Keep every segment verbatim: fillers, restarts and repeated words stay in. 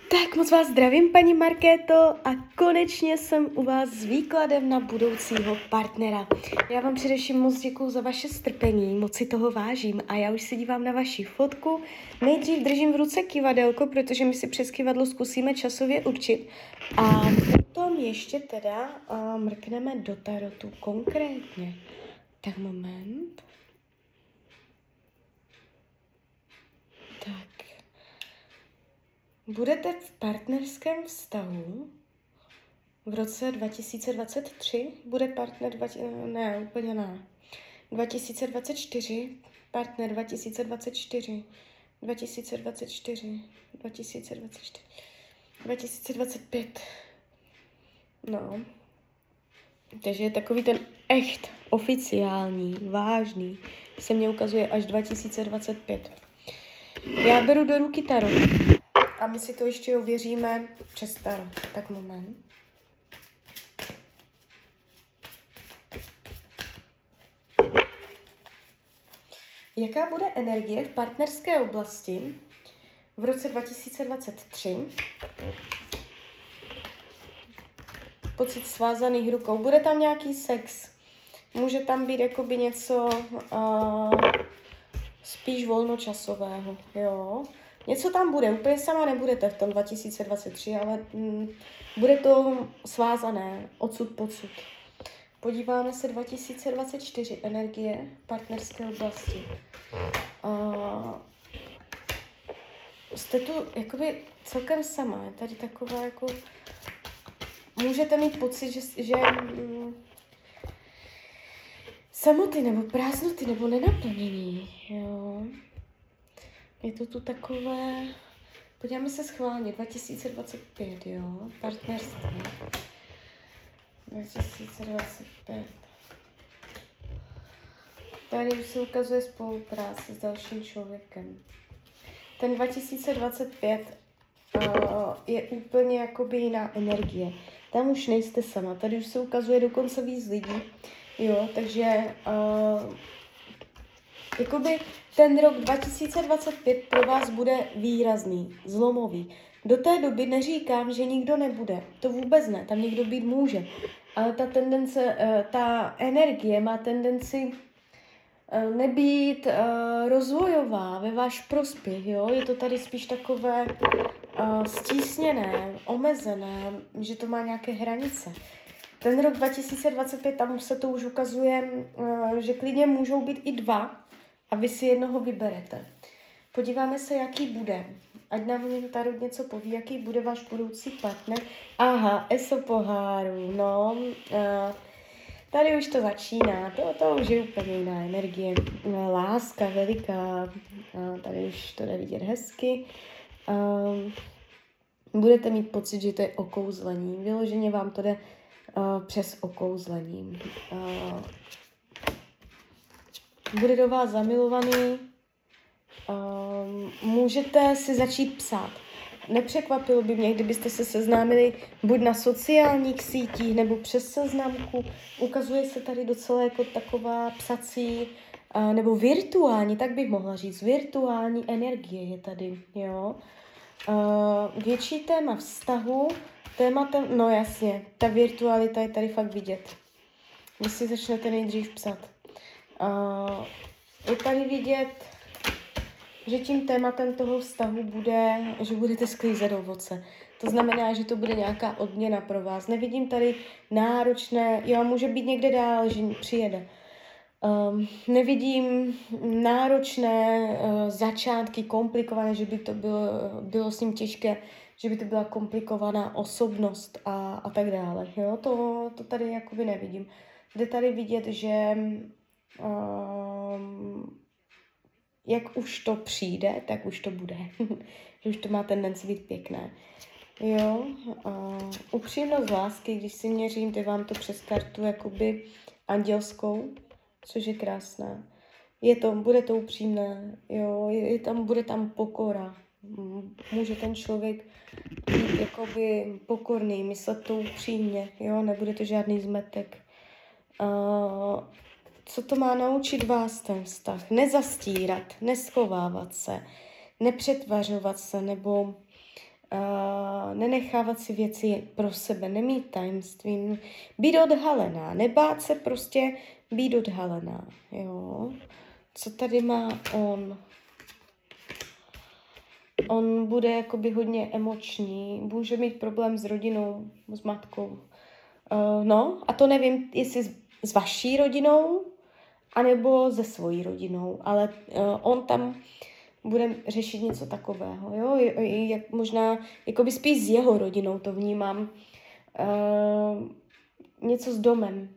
Tak moc vás zdravím, paní Markéto, a konečně jsem u vás s výkladem na budoucího partnera. Já vám především moc děkuju za vaše strpení, moc si toho vážím a já už se dívám na vaši fotku. Nejdřív držím v ruce kivadelko, protože my si přes kivadlo zkusíme časově určit a potom ještě teda uh, mrkneme do tarotu konkrétně. Tak moment. Tak. Budete v partnerském vztahu v roce dva tisíce dvacet tři, bude partner, dva, ne, úplně ne, dva tisíce dvacet čtyři, partner dva tisíce dvacet čtyři, dva tisíce dvacet čtyři, dva tisíce dvacet čtyři, dva tisíce dvacet pět, no, takže je takový ten echt, oficiální, vážný, se mně ukazuje až dva tisíce dvacet pět. Já beru do ruky tarot. A my si to ještě ověříme přes tarot. Tak moment. Jaká bude energie v partnerské oblasti v roce dva tisíce dvacet tři? Pocit svázaných rukou. Bude tam nějaký sex? Může tam být jakoby něco uh, spíš volnočasového, jo? Něco tam bude, úplně sama nebudete v tom dva tisíce dvacet tři, ale mm, bude to svázané, odsud pocud. Podíváme se dva tisíce dvacet čtyři, energie partnerské oblasti. Uh, jste tu jakoby celkem sama, je tady taková jako... Můžete mít pocit, že, že mm, samoty nebo prázdnoty nebo nenaplnění, jo. Je to tu takové, podíváme se schválně, dva tisíce dvacet pět, jo, partnerství, dva tisíce dvacet pět. Tady už se ukazuje spolupráce s dalším člověkem. Ten dva tisíce dvacet pět uh, je úplně jakoby jiná energie. Tam už nejste sama, tady už se ukazuje dokonce víc lidí, jo, takže... Uh, Jakoby ten rok dva tisíce dvacet pět pro vás bude výrazný, zlomový. Do té doby neříkám, že nikdo nebude. To vůbec ne, tam někdo být může. Ale ta tendence, ta energie má tendenci nebýt rozvojová ve váš prospěch. Jo? Je to tady spíš takové stísněné, omezené, že to má nějaké hranice. Ten rok dva tisíce dvacet pět, tam se to už ukazuje, že klidně můžou být i dva, a vy si jednoho vyberete. Podíváme se, jaký bude. Ať nám tarot něco poví, jaký bude váš budoucí partner. Aha, eso poháru, no. Uh, tady už to začíná. To, to už je úplně jiná energie. Uh, láska veliká. Uh, tady už to jde vidět hezky. Uh, budete mít pocit, že to je okouzlení. Vyloženě vám to jde uh, přes okouzlení. Uh, Bude do vás zamilovaný, um, můžete si začít psát. Nepřekvapilo by mě, kdybyste se seznámili buď na sociálních sítích nebo přes seznamku. Ukazuje se tady docela jako taková psací uh, nebo virtuální, tak bych mohla říct, virtuální energie je tady, jo. Uh, větší téma vztahu, tématem, no jasně, ta virtualita je tady fakt vidět. Vy si začnete nejdřív psat. Uh, je tady vidět, že tím tématem toho vztahu bude, že budete sklízet ovoce. To znamená, že to bude nějaká odměna pro vás. Nevidím tady náročné, jo, může být někde dál, že přijede. Um, nevidím náročné uh, začátky, komplikované, že by to bylo, bylo s ním těžké, že by to byla komplikovaná osobnost a, a tak dále. Jo, to, to tady jakoby nevidím. Jde tady vidět, že Um, jak už to přijde, tak už to bude. Že už to má tendenci být pěkné. Jo, uh, upřímnost lásky, když si měřím, jde vám to přes kartu jakoby andělskou, což je krásné. Je to, bude to upřímné, jo, je, je tam, bude tam pokora. Může ten člověk být jakoby pokorný, myslet to upřímně, jo, nebude to žádný zmetek. Uh, Co to má naučit vás ten vztah? Nezastírat, neschovávat se, nepřetvařovat se, nebo Uh, nenechávat si věci pro sebe, nemít tajemství, být odhalená, nebát se prostě být odhalená, jo. Co tady má on? On bude jakoby hodně emoční, může mít problém s rodinou, s matkou. Uh, no, a to nevím, jestli s, s vaší rodinou, anebo se svojí rodinou, ale uh, on tam bude řešit něco takového, jo, jak možná, jakoby spíš s jeho rodinou to vnímám, uh, něco s domem,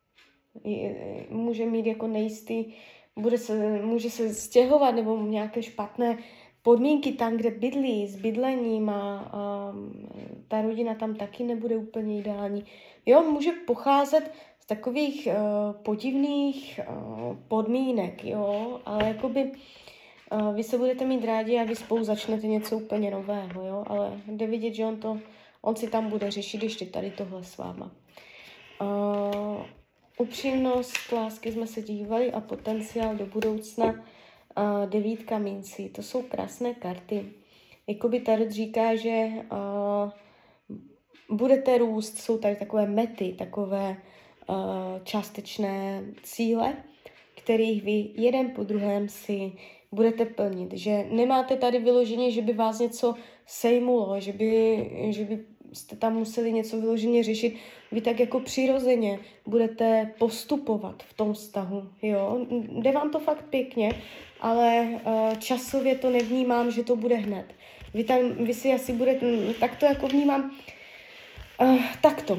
je, může mít jako nejistý, bude se, může se stěhovat nebo nějaké špatné podmínky tam, kde bydlí, s bydlením a um, ta rodina tam taky nebude úplně ideální. Jo, může pocházet z takových uh, podivných uh, podmínek, jo, ale jakoby uh, vy se budete mít rádi a vy spolu začnete něco úplně nového, jo, ale jde vidět, že on, to, on si tam bude řešit ještě tady tohle s váma. Uh, upřímnost, lásky jsme se dívali a potenciál do budoucna. Uh, devítka mincí, to jsou krásné karty. Jakoby tarot říká, že uh, budete růst, jsou tady takové mety, takové uh, částečné cíle, kterých vy jeden po druhém si budete plnit. Že nemáte tady vyloženě, že by vás něco sejmulo, že by, že by jste tam museli něco vyloženě řešit. Vy tak jako přirozeně budete postupovat v tom vztahu, jo. Jde vám to fakt pěkně, ale uh, časově to nevnímám, že to bude hned. Vy, tam, vy si asi budete, tak to jako vnímám, uh, takto.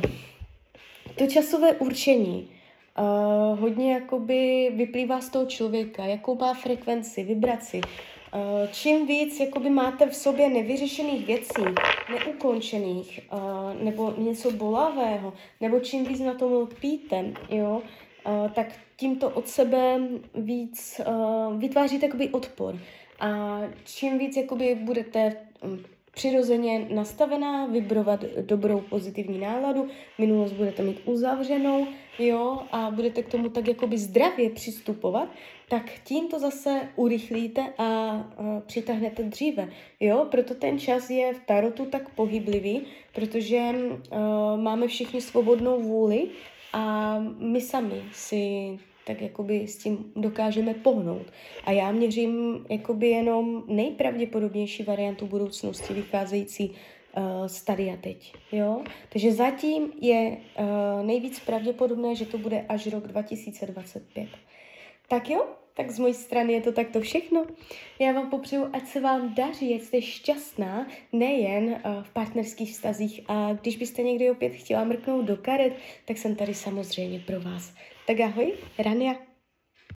To časové určení uh, hodně jakoby vyplývá z toho člověka, jakou má frekvenci, vibraci. Uh, čím víc jakoby máte v sobě nevyřešených věcí, neukončených, uh, nebo něco bolavého, nebo čím víc na tom lpíte, jo, uh, tak tímto od sebe víc uh, vytváříte jakoby odpor. A čím víc jakoby budete um, přirozeně nastavená, vibrovat dobrou pozitivní náladu, minulost budete mít uzavřenou, jo, a budete k tomu tak jakoby zdravě přistupovat, tak tím to zase urychlíte a, a přitáhnete dříve, jo, proto ten čas je v tarotu tak pohyblivý, protože uh, máme všichni svobodnou vůli a my sami si tak jakoby s tím dokážeme pohnout. A já měřím jakoby jenom nejpravděpodobnější variantu budoucnosti vycházející uh, z tady a teď. Jo? Takže zatím je uh, nejvíc pravděpodobné, že to bude až rok dva tisíce dvacet pět. Tak jo, tak z mojí strany je to takto všechno. Já vám popřeju, ať se vám daří, ať jste šťastná, nejen uh, v partnerských vztazích. A když byste někdy opět chtěla mrknout do karet, tak jsem tady samozřejmě pro vás. Tak ahoj, Rania.